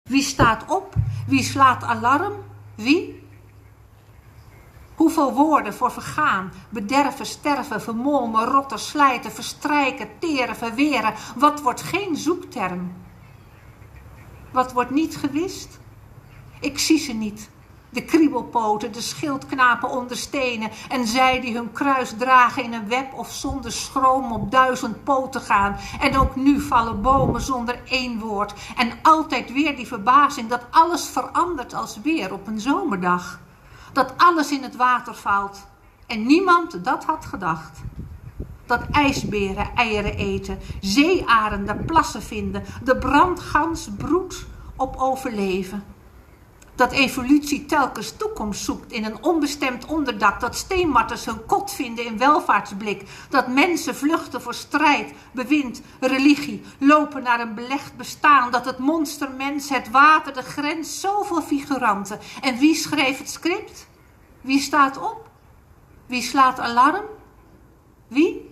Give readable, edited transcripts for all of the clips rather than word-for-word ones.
Wie staat op? Wie slaat alarm? Wie? Hoeveel woorden voor vergaan, bederven, sterven, vermolmen, rotten, slijten, verstrijken, teren, verweren. Wat wordt geen zoekterm? Wat wordt niet gewist? Ik zie ze niet. De kriebelpoten, de schildknapen onder stenen en zij die hun kruis dragen in een web of zonder schroom op 1000 poten gaan. En ook nu vallen bomen zonder één woord. En altijd weer die verbazing dat alles verandert als weer op een zomerdag. Dat alles in het water valt. En niemand dat had gedacht. Dat ijsberen eieren eten, zeearenden plassen vinden, de brandgans broedt op overleven. Dat evolutie telkens toekomst zoekt in een onbestemd onderdak. Dat steenmarters hun kot vinden in welvaartsblik. Dat mensen vluchten voor strijd, bewind, religie. Lopen naar een belegd bestaan. Dat het monstermens, het water, de grens, zoveel figuranten. En wie schreef het script? Wie staat op? Wie slaat alarm? Wie?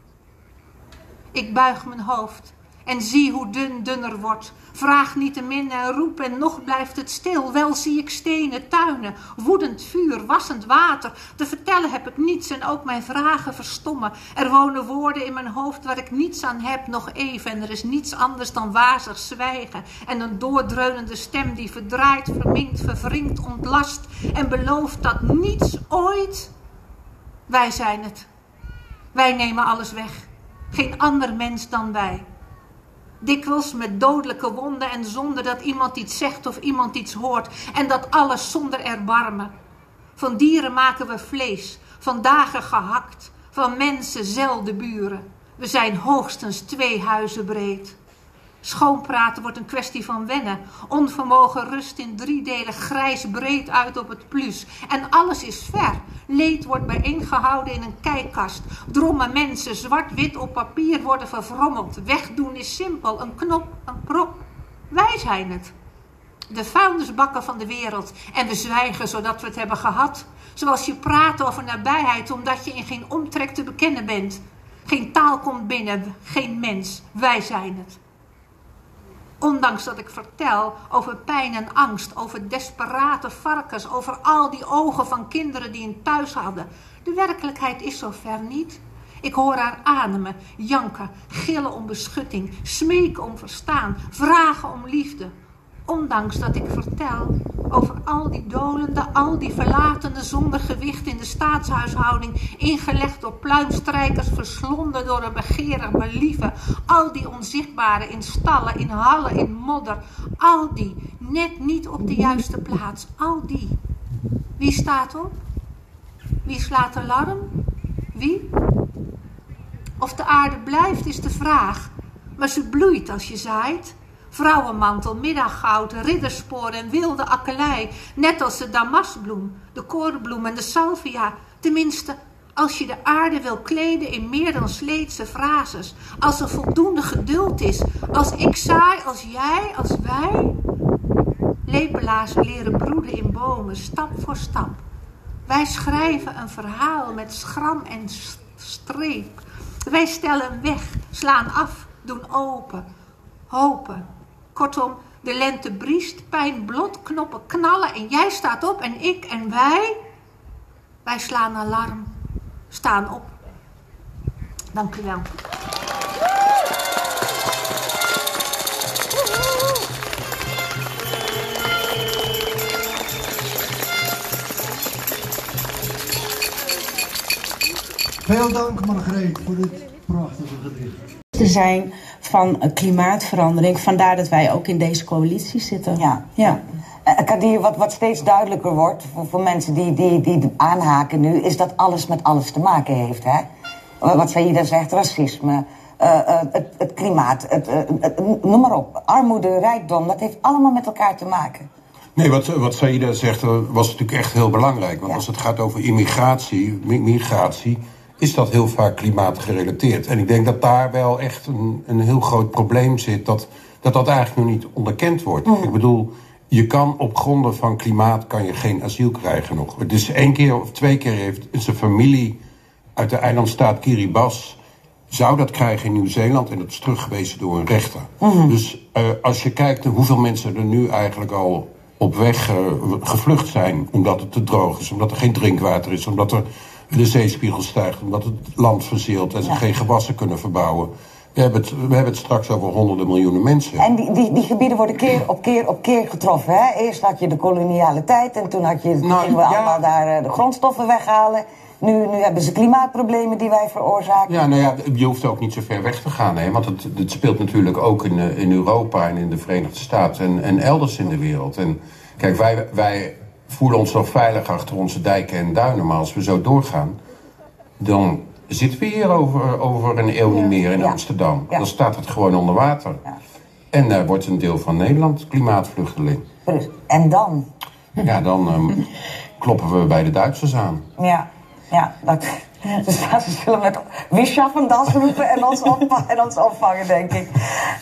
Ik buig mijn hoofd en zie hoe dunner wordt. Vraag niettemin en roep en nog blijft het stil. Wel zie ik stenen, tuinen, woedend vuur, wassend water. Te vertellen heb ik niets en ook mijn vragen verstommen. Er wonen woorden in mijn hoofd waar ik niets aan heb, nog even. En er is niets anders dan wazig zwijgen. En een doordreunende stem die verdraait, verminkt, verwringt, ontlast. En belooft dat niets ooit... Wij zijn het. Wij nemen alles weg. Geen ander mens dan wij. Dikwijls met dodelijke wonden en zonder dat iemand iets zegt of iemand iets hoort. En dat alles zonder erbarmen. Van dieren maken we vlees, van dagen gehakt, van mensen zelden buren. We zijn hoogstens 2 huizen breed. Schoonpraten wordt een kwestie van wennen. Onvermogen rust in 3-delig grijs breed uit op het plus. En alles is ver. Leed wordt bijeengehouden in een kijkkast. Drommen mensen, zwart-wit op papier worden verfrommeld. Wegdoen is simpel. Een knop, een prop. Wij zijn het. De vuilnisbakken van de wereld. En we zwijgen zodat we het hebben gehad. Zoals je praat over nabijheid omdat je in geen omtrek te bekennen bent. Geen taal komt binnen, geen mens. Wij zijn het. Ondanks dat ik vertel over pijn en angst, over desperate varkens, over al die ogen van kinderen die een thuis hadden. De werkelijkheid is zo ver niet. Ik hoor haar ademen, janken, gillen om beschutting, smeken om verstaan, vragen om liefde. Ondanks dat ik vertel over al die dolende, al die verlatenen zonder gewicht in de staatshuishouding, ingelegd door pluimstrijkers, verslonden door een begeerig believen, al die onzichtbare in stallen, in hallen, in modder, al die net niet op de juiste plaats, al die. Wie staat op? Wie slaat alarm? Wie? Of de aarde blijft is de vraag, maar ze bloeit als je zaait. Vrouwenmantel, middaggoud, ridderspoor en wilde akkelei. Net als de damastbloem, de korenbloem en de salvia. Tenminste, als je de aarde wil kleden in meer dan sleetse frases. Als er voldoende geduld is. Als ik zaai, als jij, als wij. Lepelaars leren broeden in bomen, stap voor stap. Wij schrijven een verhaal met schram en streep. Wij stellen weg, slaan af, doen open, hopen. Kortom, de lente briest, pijn, blot, knoppen knallen en jij staat op en ik en wij. Wij slaan alarm, staan op. Dank u wel. Veel dank Margreet voor dit prachtige gedicht. Te zijn van klimaatverandering, vandaar dat wij ook in deze coalitie zitten. Ja. Kadir, wat steeds duidelijker wordt voor mensen die aanhaken nu, is dat alles met alles te maken heeft. Hè? Wat Saïda zegt, racisme, het klimaat, noem maar op. Armoede, rijkdom, dat heeft allemaal met elkaar te maken. Nee, wat Saïda zegt was natuurlijk echt heel belangrijk. Want als het gaat over migratie, is dat heel vaak klimaatgerelateerd. En ik denk dat daar wel echt een heel groot probleem zit, dat eigenlijk nog niet onderkend wordt. Ik bedoel, je kan op gronden van klimaat kan je geen asiel krijgen nog. Dus 1 keer of 2 keer heeft zijn familie uit de eilandstaat Kiribati zou dat krijgen in Nieuw-Zeeland en dat is teruggewezen door een rechter. Dus als je kijkt naar hoeveel mensen er nu eigenlijk al op weg gevlucht zijn, omdat het te droog is, omdat er geen drinkwater is, omdat er de zeespiegel stijgt, omdat het land verzeelt en ze geen gewassen kunnen verbouwen. We hebben het straks over honderden miljoenen mensen. En die gebieden worden keer op keer getroffen, hè? Eerst had je de koloniale tijd en toen gingen we allemaal daar de grondstoffen weghalen. Nu hebben ze klimaatproblemen die wij veroorzaken. Ja, nou ja, je hoeft ook niet zo ver weg te gaan, hè? Want het speelt natuurlijk ook in Europa en in de Verenigde Staten en elders in de wereld. En kijk, wij voelen ons nog veilig achter onze dijken en duinen, maar als we zo doorgaan, dan zitten we hier over een eeuw niet meer in Amsterdam. Ja. Dan staat het gewoon onder water. Ja. En daar wordt een deel van Nederland klimaatvluchteling. En dan? Ja, dan kloppen we bij de Duitsers aan. Ja, dus ze zullen met Wischaffen das roepen en ons opvangen, denk ik.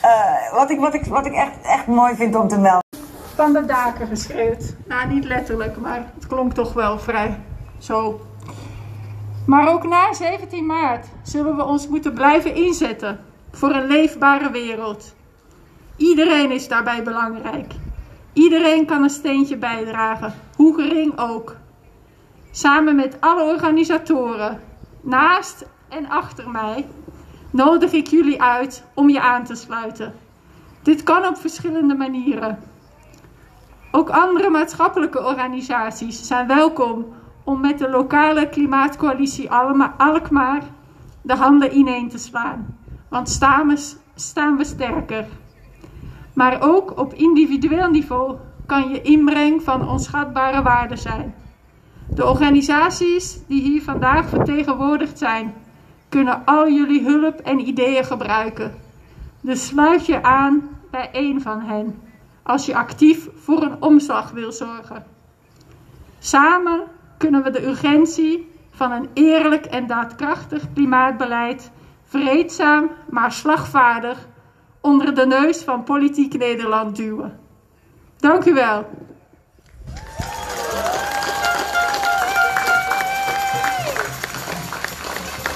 Wat ik echt mooi vind om te melden. Van de daken geschreeuwd. Nou, niet letterlijk, maar het klonk toch wel vrij zo. Maar ook na 17 maart zullen we ons moeten blijven inzetten voor een leefbare wereld. Iedereen is daarbij belangrijk. Iedereen kan een steentje bijdragen, hoe gering ook. Samen met alle organisatoren, naast en achter mij, nodig ik jullie uit om je aan te sluiten. Dit kan op verschillende manieren. Ook andere maatschappelijke organisaties zijn welkom om met de lokale klimaatcoalitie Alkmaar de handen ineen te slaan. Want staan we sterker. Maar ook op individueel niveau kan je inbreng van onschatbare waarde zijn. De organisaties die hier vandaag vertegenwoordigd zijn, kunnen al jullie hulp en ideeën gebruiken. Dus sluit je aan bij één van hen, als je actief voor een omslag wil zorgen. Samen kunnen we de urgentie van een eerlijk en daadkrachtig klimaatbeleid vreedzaam, maar slagvaardig onder de neus van politiek Nederland duwen. Dank u wel.